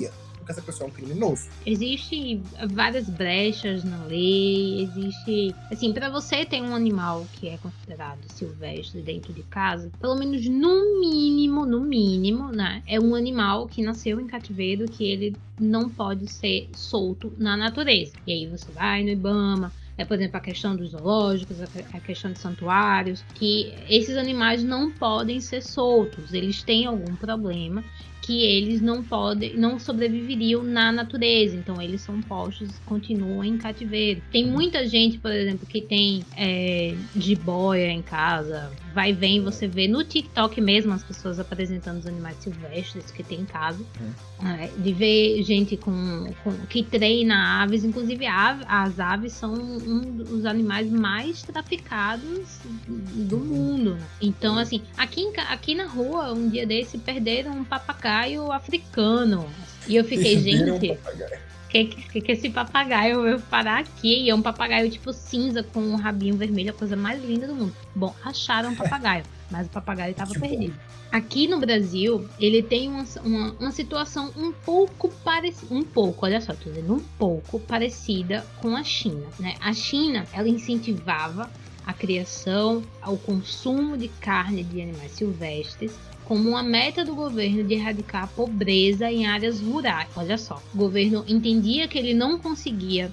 porque essa pessoa é um criminoso. Existem várias brechas na lei, existe... Assim, para você ter um animal que é considerado silvestre dentro de casa, pelo menos no mínimo, no mínimo, né? É um animal que nasceu em cativeiro, que ele não pode ser solto na natureza. E aí você vai no IBAMA, é, por exemplo, a questão dos zoológicos, a questão de santuários, que esses animais não podem ser soltos, eles têm algum problema que eles não podem, não sobreviveriam na natureza, então eles são postos, continuam em cativeiro. Tem muita gente, por exemplo, que tem é, jiboia em casa, vai vem, você vê no TikTok mesmo as pessoas apresentando os animais silvestres que tem em casa, hum. é, de ver gente com, com, que treina aves, inclusive ave, as aves são um dos animais mais traficados do mundo, né? Então, assim, aqui, em, aqui na rua, um dia desse, perderam um papagaio africano. E eu fiquei, gente, o que, que, que esse papagaio veio parar aqui? E é um papagaio tipo cinza com um rabinho vermelho, a coisa mais linda do mundo. Bom, acharam o papagaio, mas o papagaio estava perdido. Aqui no Brasil, ele tem uma, uma, uma situação um pouco parecida, um pouco, olha só, tô dizendo um pouco parecida com a China, né? A China, ela incentivava a criação, ao consumo de carne de animais silvestres, como uma meta do governo de erradicar a pobreza em áreas rurais. Olha só, o governo entendia que ele não conseguia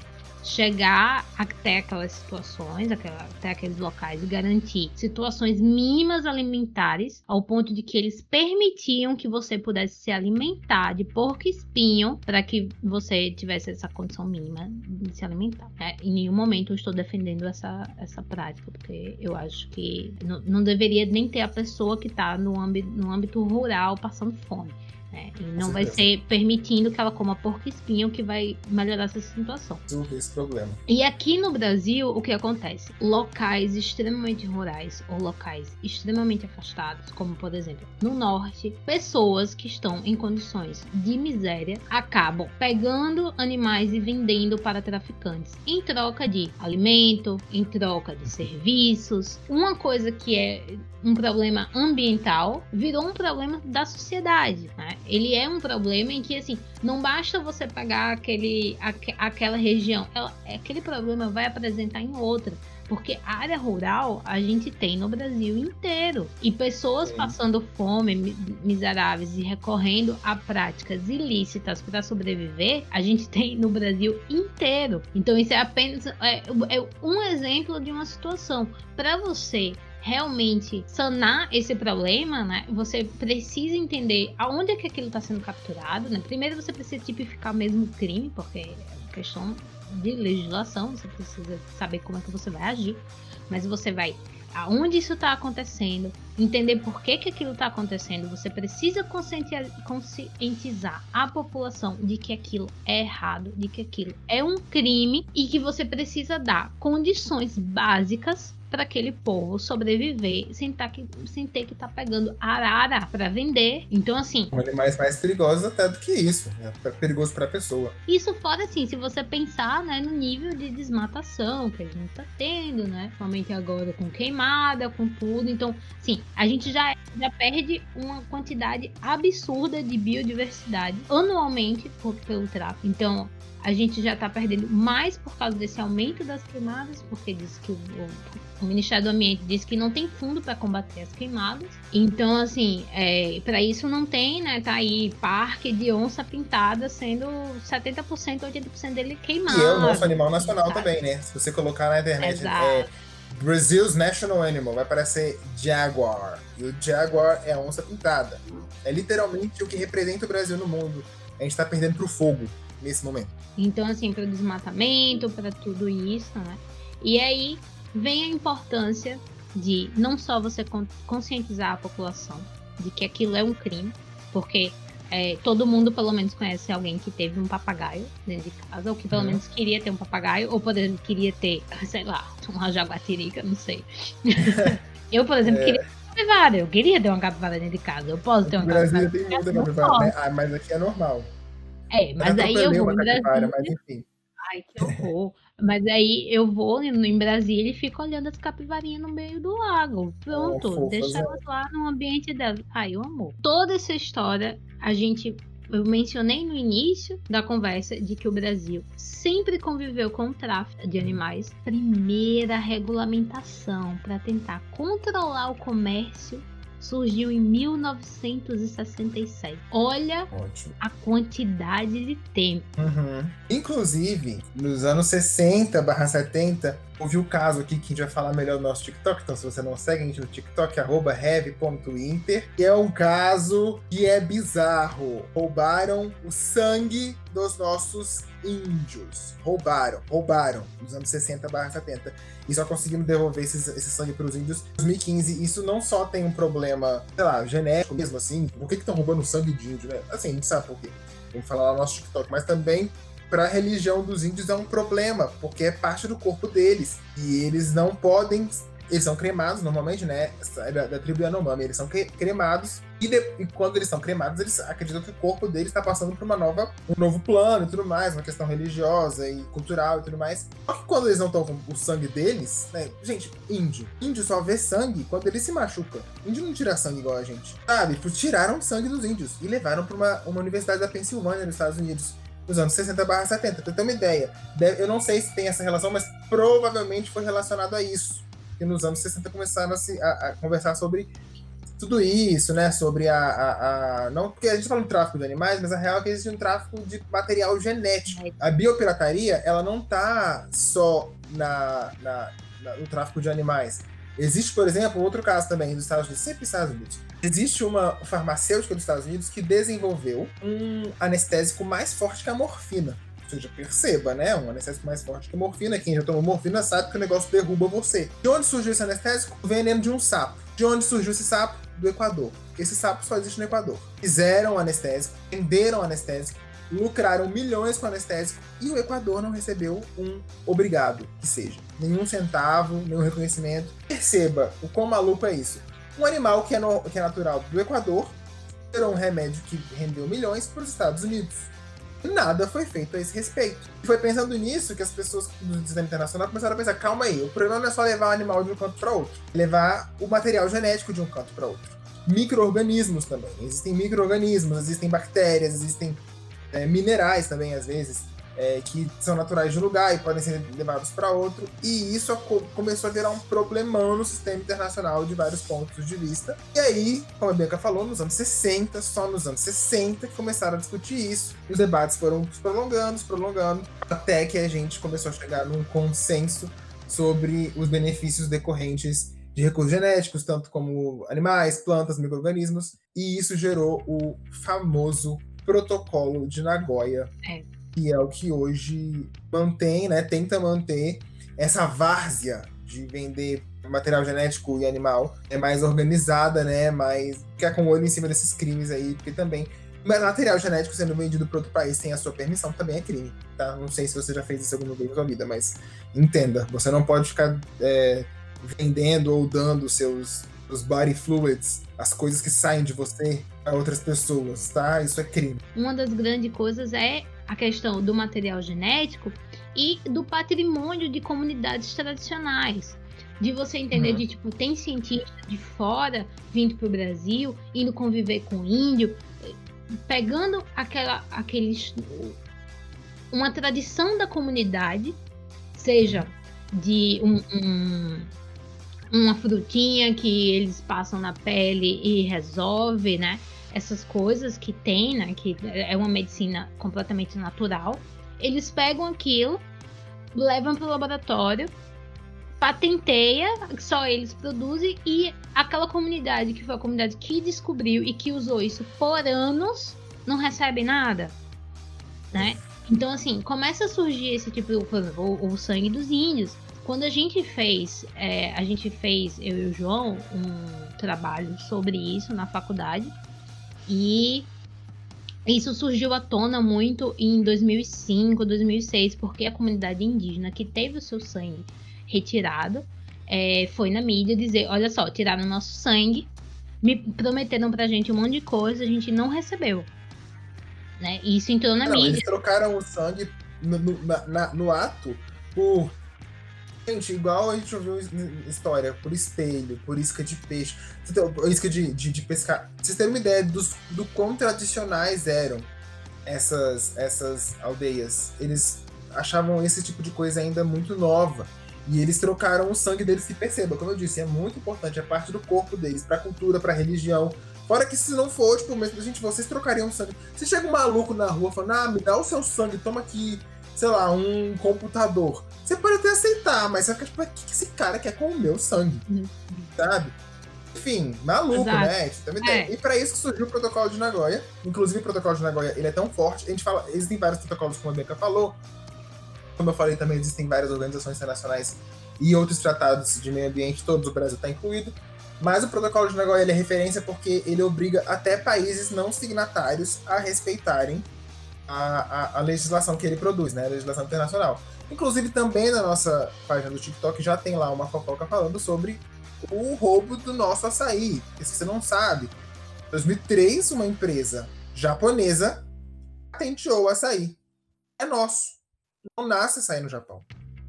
chegar até aquelas situações, até aqueles locais e garantir situações mínimas alimentares, ao ponto de que eles permitiam que você pudesse se alimentar de porco-espinho para que você tivesse essa condição mínima de se alimentar. É, em nenhum momento eu estou defendendo essa, essa prática, porque eu acho que não, não deveria nem ter a pessoa que está no âmbito, no âmbito rural passando fome. É, e não vai ser permitindo que ela coma porco-espinho que vai melhorar essa situação. Resolver esse problema. E aqui no Brasil, o que acontece? Locais extremamente rurais ou locais extremamente afastados, como por exemplo no norte, pessoas que estão em condições de miséria acabam pegando animais e vendendo para traficantes em troca de alimento, em troca de serviços. Uma coisa que é um problema ambiental virou um problema da sociedade, né? Ele é um problema em que, assim, não basta você pegar aquele, aqu- aquela região, ela, aquele problema vai apresentar em outra, porque a área rural a gente tem no Brasil inteiro, e pessoas Sim. passando fome, mi- miseráveis e recorrendo a práticas ilícitas para sobreviver, a gente tem no Brasil inteiro. Então isso é apenas é, é um exemplo de uma situação. Para você realmente sanar esse problema, né, você precisa entender aonde é que aquilo está sendo capturado, né? Primeiro você precisa tipificar mesmo o crime, porque é uma questão de legislação, você precisa saber como é que você vai agir, mas você vai aonde isso está acontecendo, entender por que que aquilo está acontecendo, você precisa conscientizar a população de que aquilo é errado, de que aquilo é um crime e que você precisa dar condições básicas para aquele povo sobreviver sem, tá que, sem ter que estar tá pegando arara para vender. Então, assim... Um animais mais perigosos até do que isso. É perigoso para a pessoa. Isso fora, assim, se você pensar, né, no nível de desmatação que a gente tá tendo, né? Principalmente agora com queimada, com tudo. Então, assim, a gente já, já perde uma quantidade absurda de biodiversidade anualmente por, pelo tráfico. Então, a gente já está perdendo mais por causa desse aumento das queimadas, porque diz que o, o, o Ministério do Ambiente diz que não tem fundo para combater as queimadas. Então, assim, é, para isso não tem, né? Tá aí parque de onça pintada sendo setenta por cento, oitenta por cento dele queimado. E é o nosso animal nacional, sabe? Também, né? Se você colocar na internet, Exato. é Brazil's National Animal, vai aparecer Jaguar. E o Jaguar é a onça pintada. É literalmente o que representa o Brasil no mundo. A gente tá perdendo pro fogo nesse momento. Então, assim, para o desmatamento, para tudo isso, né? E aí vem a importância de não só você conscientizar a população de que aquilo é um crime, porque é, todo mundo pelo menos conhece alguém que teve um papagaio dentro de casa, ou que pelo uhum. menos queria ter um papagaio, ou por exemplo, queria ter, sei lá, uma jaguatirica, não sei. Eu, por exemplo, é... queria ter uma capivara, eu queria ter uma capivara dentro de casa, eu posso ter uma capivara. No Brasil tem muita capivara, né? Ah, mas aqui é normal. É, mas aí eu vou em Brasília. Mas enfim. Ai, que horror. Mas aí eu vou em Brasília e fico olhando as capivarinhas no meio do lago. Pronto, oh, deixa elas lá no ambiente delas. Ai, o amor. Toda essa história a gente eu mencionei no início da conversa de que o Brasil sempre conviveu com o tráfico de animais. Primeira regulamentação para tentar controlar o comércio surgiu em mil novecentos e sessenta e sete. Olha Ótimo. A quantidade de tempo. Uhum. Inclusive, nos anos sessenta barra setenta, houve o caso aqui que a gente vai falar melhor no nosso TikTok. Então, se você não segue a gente no TikTok, arroba heavy ponto inter, que é um caso que é bizarro. Roubaram o sangue dos nossos índios. Roubaram, roubaram, nos anos sessenta barra setenta. E só conseguimos devolver esses, esse sangue para os índios em dois mil e quinze. Isso não só tem um problema, sei lá, genético mesmo, assim. Por que estão roubando sangue de índio, né? Assim, a gente sabe por quê. Vamos falar lá no nosso TikTok. Mas também, para a religião dos índios é um problema, porque é parte do corpo deles. E eles não podem... Eles são cremados normalmente, né? Da, da tribo Yanomami. Eles são cremados. E, de, e quando eles são cremados, eles acreditam que o corpo deles está passando por uma nova, um novo plano e tudo mais, uma questão religiosa e cultural e tudo mais. Só que quando eles não estão com o sangue deles, né? Gente, índio. Índio só vê sangue quando ele se machuca. Índio não tira sangue igual a gente. Sabe? Tipo, tiraram sangue dos índios e levaram para uma, uma universidade da Pensilvânia, nos Estados Unidos, nos anos sessenta barra setenta. Pra ter uma ideia. Eu não sei se tem essa relação, mas provavelmente foi relacionado a isso. Que nos anos sessenta começaram a, se, a, a conversar sobre tudo isso, né? Sobre a, a, a... Não porque a gente fala de tráfico de animais, mas a real é que existe um tráfico de material genético. A biopirataria, ela não tá só na, na, na, no tráfico de animais. Existe, por exemplo, outro caso também dos Estados Unidos, sempre Estados Unidos. Existe uma farmacêutica dos Estados Unidos que desenvolveu um anestésico mais forte que a morfina. Ou seja, perceba, né? Um anestésico mais forte que a morfina. Quem já tomou morfina sabe que o negócio derruba você. De onde surgiu esse anestésico? O veneno de um sapo. De onde surgiu esse sapo? Do Equador. Esse sapo só existe no Equador. Fizeram o anestésico, venderam o anestésico, lucraram milhões com o anestésico e o Equador não recebeu um obrigado, que seja. Nenhum centavo, nenhum reconhecimento. Perceba o quão maluco é isso. Um animal que é, no, que é natural do Equador gerou um remédio que rendeu milhões para os Estados Unidos. Nada foi feito a esse respeito. E foi pensando nisso que as pessoas do sistema internacional começaram a pensar, calma aí, o problema não é só levar o animal de um canto para outro, é levar o material genético de um canto para outro. Micro-organismos também. Existem micro-organismos, existem bactérias, existem é, minerais também, às vezes, é, que são naturais de um lugar e podem ser levados para outro. E isso começou a virar um problemão no sistema internacional de vários pontos de vista. E aí, como a Bianca falou, nos anos sessenta, só nos anos sessenta, que começaram a discutir isso. E os debates foram se prolongando, se prolongando, até que a gente começou a chegar num consenso sobre os benefícios decorrentes de recursos genéticos, tanto como animais, plantas, micro-organismos. E isso gerou o famoso Protocolo de Nagoya. É. Que é o que hoje mantém, né, tenta manter essa várzea de vender material genético e animal é mais organizada, né, mais ficar com o olho em cima desses crimes aí, porque também material genético sendo vendido para outro país sem a sua permissão também é crime, tá? Não sei se você já fez isso alguma vez na sua vida, mas entenda, você não pode ficar é, vendendo ou dando seus os body fluids, as coisas que saem de você para outras pessoas, tá? Isso é crime. Uma das grandes coisas é a questão do material genético e do patrimônio de comunidades tradicionais. De você entender uhum. de, tipo, tem cientista de fora vindo pro Brasil, indo conviver com índio, pegando aquela, aqueles, uma tradição da comunidade, seja de um, um, uma frutinha que eles passam na pele e resolve, né? Essas coisas que tem, né, que é uma medicina completamente natural, eles pegam aquilo, levam para o laboratório, patenteia, só eles produzem, e aquela comunidade que foi a comunidade que descobriu e que usou isso por anos, não recebe nada, né? Então, assim, começa a surgir esse tipo de, por exemplo, o, o sangue dos índios. Quando a gente fez, é, a gente fez, eu e o João, um trabalho sobre isso na faculdade, e isso surgiu à tona muito em dois mil e cinco, dois mil e seis, porque a comunidade indígena que teve o seu sangue retirado é, foi na mídia dizer, olha só, tiraram nosso sangue, me prometeram pra gente um monte de coisa, a gente não recebeu, né? E isso entrou na não, mídia. Eles trocaram o sangue no, no, na, no ato por... Gente, igual a gente ouviu história, por espelho, por isca de peixe, por isca de, de, de pescar. Pra vocês terem uma ideia dos, do quão tradicionais eram essas, essas aldeias. Eles achavam esse tipo de coisa ainda muito nova. E eles trocaram o sangue deles, que perceba, como eu disse, é muito importante, é parte do corpo deles, pra cultura, pra religião. Fora que se não for, tipo, mesmo, gente, vocês trocariam sangue. Se chega um maluco na rua falando, ah, me dá o seu sangue, toma aqui, sei lá, um computador. Você pode até aceitar, mas você fica tipo, o que esse cara quer com o meu sangue? Uhum. Sabe? Enfim, maluco, Exato. né? Também é. E pra isso que surgiu o protocolo de Nagoya. Inclusive, o protocolo de Nagoya, ele é tão forte. A gente fala, existem vários protocolos, como a Beca falou. Como eu falei também, existem várias organizações internacionais e outros tratados de meio ambiente, todos o Brasil está incluído. Mas o protocolo de Nagoya ele é referência porque ele obriga até países não signatários a respeitarem a, a, a legislação que ele produz, né? A legislação internacional. Inclusive, também na nossa página do TikTok já tem lá uma fofoca falando sobre o roubo do nosso açaí. Se você não sabe, em dois mil e três, uma empresa japonesa patenteou o açaí. É nosso. Não nasce açaí no Japão.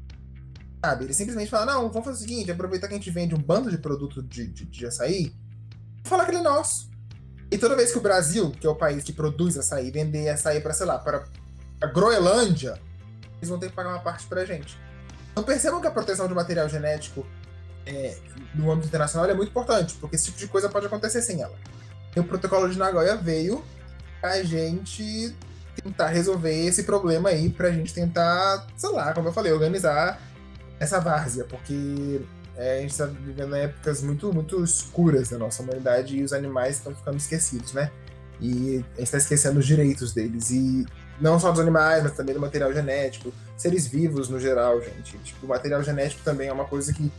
Sabe? Eles simplesmente falam, não, vamos fazer o seguinte, aproveitar que a gente vende um bando de produto de, de, de açaí, vamos falar que ele é nosso. E toda vez que o Brasil, que é o país que produz açaí, vender açaí para, sei lá, para a Groenlândia, eles vão ter que pagar uma parte pra gente. Então percebam que a proteção de material genético é, no âmbito internacional é muito importante, porque esse tipo de coisa pode acontecer sem ela. E o protocolo de Nagoya veio a gente tentar resolver esse problema aí, pra gente tentar, sei lá, como eu falei, organizar essa várzea, porque é, a gente tá vivendo épocas muito, muito escuras da nossa humanidade e os animais estão ficando esquecidos, né? E a gente tá esquecendo os direitos deles, e não só dos animais, mas também do material genético, seres vivos no geral, gente. Tipo, o material genético também é uma coisa que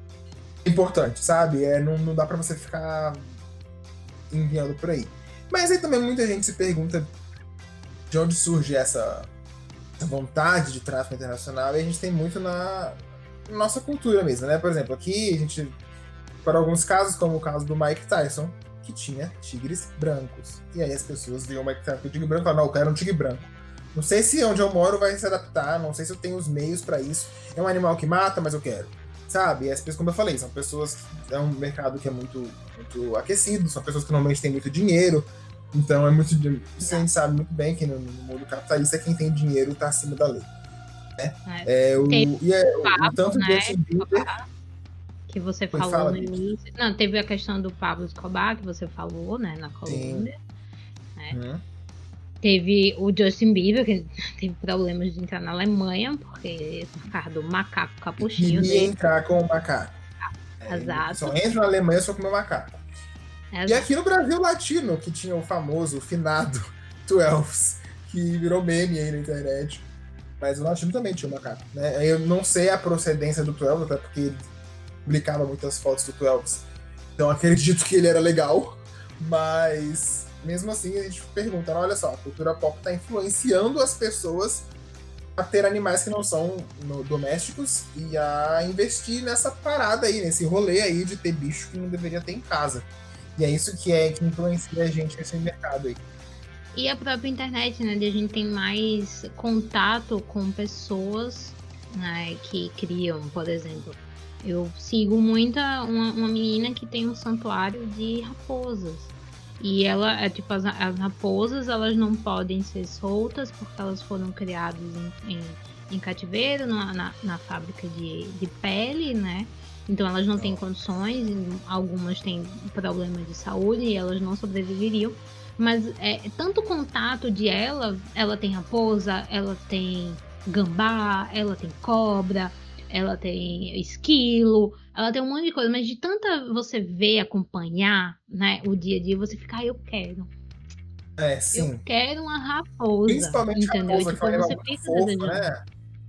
é importante, sabe? É, não, não dá pra você ficar enviando por aí. Mas aí também muita gente se pergunta de onde surge essa, essa vontade de tráfico internacional, e a gente tem muito na nossa cultura mesmo, né? Por exemplo, aqui a gente, para alguns casos, como o caso do Mike Tyson, que tinha tigres brancos. E aí as pessoas viam o Mike Tyson com o tigre branco e falaram, não, eu quero um tigre branco. Não sei se onde eu moro vai se adaptar, não sei se eu tenho os meios para isso. É um animal que mata, mas eu quero. Sabe? E as pessoas, como eu falei, são pessoas, é um mercado que é muito, muito aquecido, são pessoas que normalmente têm muito dinheiro. Então é muito. Isso a gente sabe muito bem que no, no mundo capitalista quem tem dinheiro tá acima da lei. Né? É, é, o, e é, o, Pablo, o tanto né? de Justin Bieber. Que você falou fala, no início. Não, teve a questão do Pablo Escobar, que você falou, né, na Colômbia. Né? Hum. Teve o Justin Bieber, que teve problemas de entrar na Alemanha, porque por causa do macaco capuchinho dele. E entrar com o macaco. É, Exato. Só entra na Alemanha só com o meu macaco. Exato. E aqui no Brasil Latino, que tinha o famoso, o finado doze, que virou meme aí na internet. Mas o Latino também tinha o macaco, né? Eu não sei a procedência do doze, até porque ele publicava muitas fotos do doze. Então acredito que ele era legal, mas mesmo assim a gente pergunta, olha só, a cultura pop está influenciando as pessoas a ter animais que não são no, domésticos e a investir nessa parada aí, nesse rolê aí de ter bicho que não deveria ter em casa. E é isso que é que influencia a gente nesse mercado aí. E a própria internet, né? A gente tem mais contato com pessoas, né, que criam, por exemplo. Eu sigo muita uma, uma menina que tem um santuário de raposas. E ela, é tipo, as, as raposas, elas não podem ser soltas porque elas foram criadas em, em, em cativeiro, na, na, na fábrica de, de pele, né? Então elas não têm condições, algumas têm problema de saúde e elas não sobreviveriam. Mas é tanto contato de ela, ela tem raposa, ela tem gambá, ela tem cobra, ela tem esquilo, ela tem um monte de coisa, mas de tanta você ver, acompanhar, né, o dia a dia, você fica, ah, eu quero. É, sim. Eu quero uma raposa. Principalmente entendeu? raposa, tipo, que é você muito fica fofo, desejando. né?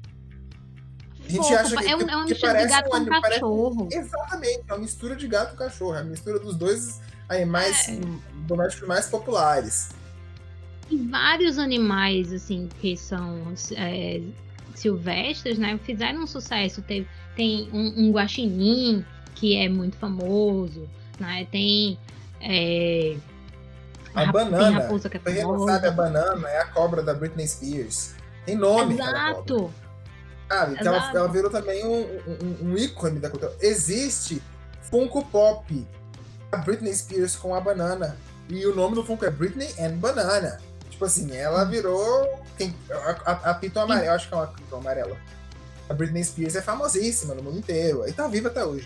A gente Fofo, acha que, é, um, é uma que mistura de gato um, com parece, cachorro. Exatamente, é uma mistura de gato com cachorro, é a mistura dos dois animais é. domésticos mais populares. E vários animais, assim, que são é, silvestres, né, fizeram um sucesso. Tem, tem um, um guaxinim, que é muito famoso, né, tem... É, a rap, banana, tem raposa que é quem não sabe, a banana é a cobra da Britney Spears. Tem nome. Exato. Sabe? Que ela, ela virou também um, um, um ícone da cultura. Existe Funko Pop, a Britney Spears com a banana. E o nome do Funko é Britney and Banana. Tipo assim, ela virou quem, a, a, a Piton Amarela, eu acho que é uma Piton Amarela. A Britney Spears é famosíssima no mundo inteiro, e tá viva até hoje.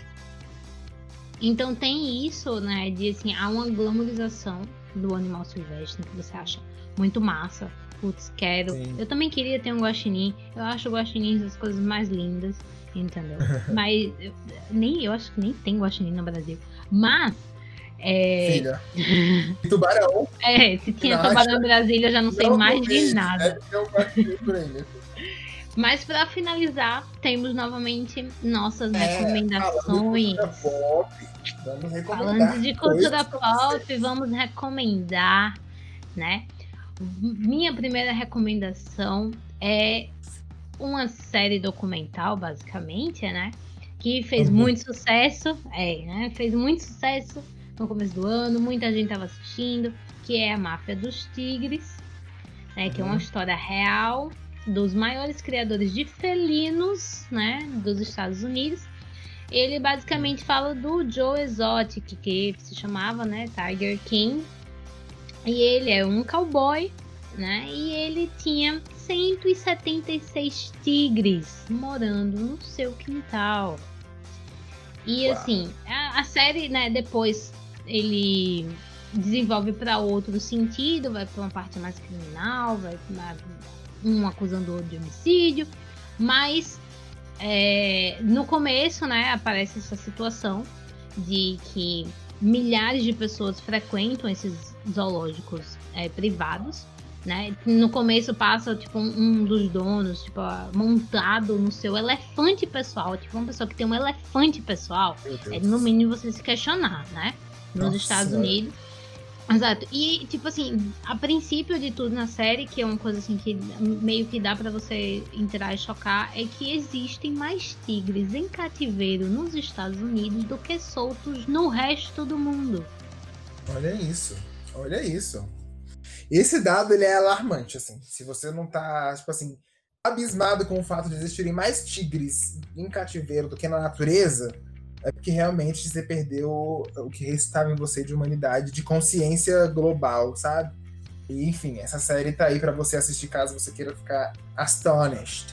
Então tem isso, né, de assim, há uma glamorização do animal silvestre que você acha muito massa. Putz, quero. Sim. Eu também queria ter um guaxinim. Eu acho guaxinins as coisas mais lindas, entendeu? Mas eu, nem, eu acho que nem tem guaxinim no Brasil. Mas é... Filha. Tubarão. É, se tinha tubarão em Brasília, eu já não, não sei mais de nada. É, eu por aí, Mas para finalizar, temos novamente nossas é, recomendações. Pop, vamos recomendar. Falando de cultura pop, vamos recomendar, né? Minha primeira recomendação é uma série documental, basicamente, né? Que fez uhum. muito sucesso, é, né? Fez muito sucesso no começo do ano, muita gente estava assistindo, que é a Máfia dos Tigres, né? Uhum. Que é uma história real dos maiores criadores de felinos, né, dos Estados Unidos. Ele basicamente fala do Joe Exotic, que se chamava, né, Tiger King. E ele é um cowboy, né, e ele tinha cento e setenta e seis tigres morando no seu quintal. E Uau. assim, a, a série, né, depois ele desenvolve para outro sentido, vai para uma parte mais criminal, vai para um acusando o outro de homicídio, mas é, no começo, né, aparece essa situação de que milhares de pessoas frequentam esses zoológicos é, privados, né? No começo passa tipo um, um dos donos tipo montado no seu elefante pessoal, tipo uma pessoa que tem um elefante pessoal, é no mínimo você se questionar, né? Nos Nossa. Estados Unidos. Exato, e tipo assim, a princípio de tudo na série, que é uma coisa assim que meio que dá pra você entrar e chocar, é que existem mais tigres em cativeiro nos Estados Unidos do que soltos no resto do mundo. Olha isso, olha isso. Esse dado, ele é alarmante, assim, se você não tá, tipo assim, abismado com o fato de existirem mais tigres em cativeiro do que na natureza, é porque realmente você perdeu o que restava em você de humanidade, de consciência global, sabe? E, enfim, essa série tá aí pra você assistir caso você queira ficar astonished.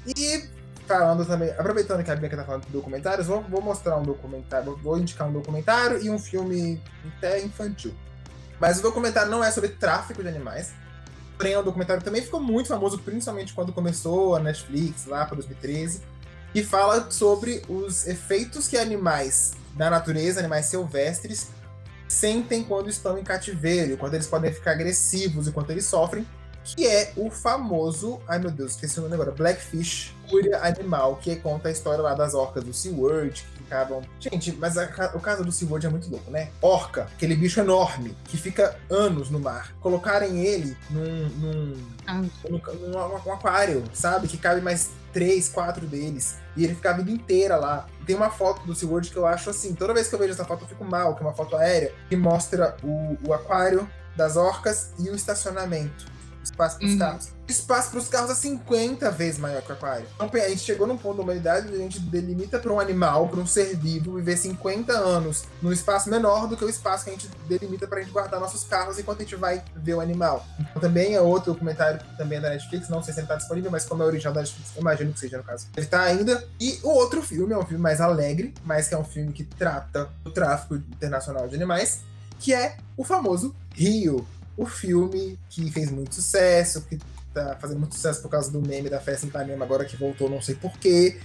E falando também, aproveitando que a Bianca tá falando de documentários, vou, vou mostrar um documentário, vou indicar um documentário e um filme até infantil. Mas o documentário não é sobre tráfico de animais, porém o documentário também ficou muito famoso, principalmente quando começou a Netflix, lá para dois mil e treze, e fala sobre os efeitos que animais da natureza, animais silvestres, sentem quando estão em cativeiro, quando eles podem ficar agressivos e quanto eles sofrem, que é o famoso, ai meu Deus, esqueci o nome agora, Blackfish, fúria animal, que conta a história lá das orcas do SeaWorld, que ficavam... Gente, mas a, o caso do SeaWorld é muito louco, né? Orca, aquele bicho enorme, que fica anos no mar, colocarem ele num, num, num, num, num aquário, sabe? Que cabe mais três, quatro deles, e ele fica a vida inteira lá. Tem uma foto do SeaWorld que eu acho assim, toda vez que eu vejo essa foto eu fico mal, que é uma foto aérea, que mostra o, o aquário das orcas e o estacionamento. Espaço para os uhum. carros. O espaço para os carros é cinquenta vezes maior que o aquário. Então a gente chegou num ponto da humanidade onde a gente delimita para um animal, para um ser vivo, viver cinquenta anos num espaço menor do que o espaço que a gente delimita para a gente guardar nossos carros enquanto a gente vai ver o animal. Então também é outro documentário também é da Netflix, não sei se ele está disponível, mas como é original da Netflix, eu imagino que seja no caso. Ele está ainda. E o outro filme é um filme mais alegre, mas que é um filme que trata do tráfico internacional de animais, que é o famoso Rio. O filme que fez muito sucesso, que tá fazendo muito sucesso por causa do meme da festa em Ipanema, agora que voltou, não sei porquê.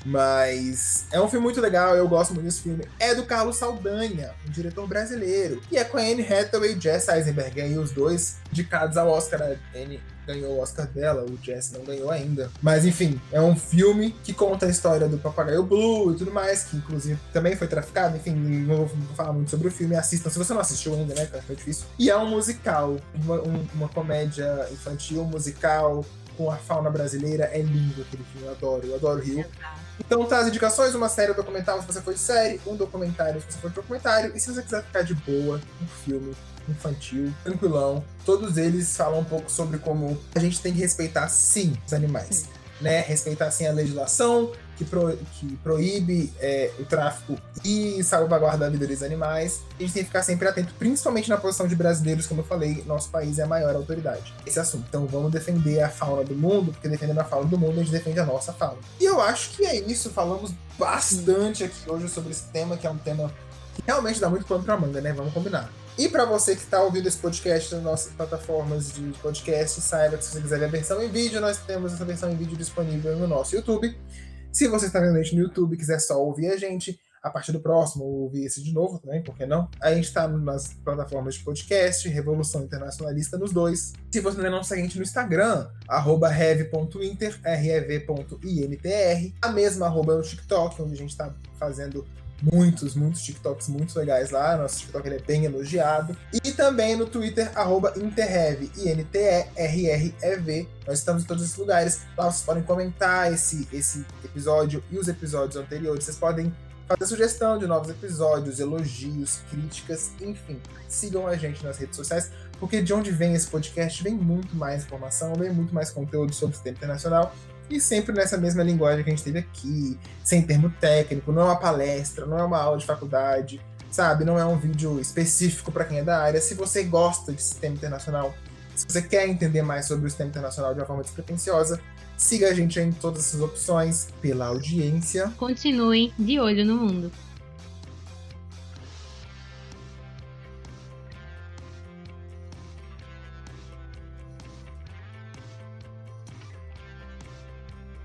Mas é um filme muito legal, eu gosto muito desse filme. É do Carlos Saldanha, um diretor brasileiro. E é com a Anne Hathaway e Jesse Eisenberg. Ganhei os dois indicados ao Oscar. A Anne ganhou o Oscar dela, o Jesse não ganhou ainda. Mas enfim, é um filme que conta a história do Papagaio Blue e tudo mais, que inclusive também foi traficado. Enfim, não vou falar muito sobre o filme, assistam. Se você não assistiu ainda, né, cara, foi difícil. E é um musical, uma, um, uma comédia infantil musical com a fauna brasileira. É lindo aquele filme, eu adoro, eu adoro Rio. Então tá, as indicações, uma série, um documentário se você for de série, um documentário se você for de documentário, e se você quiser ficar de boa, um filme infantil, tranquilão, todos eles falam um pouco sobre como a gente tem que respeitar sim os animais, sim. né? Respeitar sim a legislação, que, pro, que proíbe é, o tráfico e salvaguarda a vida dos animais. A gente tem que ficar sempre atento, principalmente na posição de brasileiros, como eu falei, nosso país é a maior autoridade nesse assunto. Então vamos defender a fauna do mundo, porque defendendo a fauna do mundo, a gente defende a nossa fauna. E eu acho que é isso, falamos bastante aqui hoje sobre esse tema, que é um tema que realmente dá muito pano pra manga, né? Vamos combinar. E para você que está ouvindo esse podcast nas nossas plataformas de podcast, saiba que se você quiser ver a versão em vídeo, nós temos essa versão em vídeo disponível no nosso YouTube. Se você está vendo a gente no YouTube e quiser só ouvir a gente, a partir do próximo, ouvir esse de novo também, por que não? A gente está nas plataformas de podcast, Revolução Internacionalista nos dois. Se você ainda não segue a gente no Instagram, arroba rev ponto inter, rev ponto intr, a mesma arroba no TikTok, onde a gente está fazendo muitos, muitos TikToks muito legais lá. Nosso TikTok ele é bem elogiado. E também no Twitter, arroba interrev, I N T E R R E V. Nós estamos em todos esses lugares. Lá vocês podem comentar esse, esse episódio e os episódios anteriores. Vocês podem fazer sugestão de novos episódios, elogios, críticas, enfim. Sigam a gente nas redes sociais, porque de onde vem esse podcast, vem muito mais informação, vem muito mais conteúdo sobre o sistema internacional. E sempre nessa mesma linguagem que a gente teve aqui, sem termo técnico, não é uma palestra, não é uma aula de faculdade, sabe? Não é um vídeo específico para quem é da área. Se você gosta de sistema internacional, se você quer entender mais sobre o sistema internacional de uma forma despretensiosa, siga a gente em todas essas opções, pela audiência. Continuem de olho no mundo.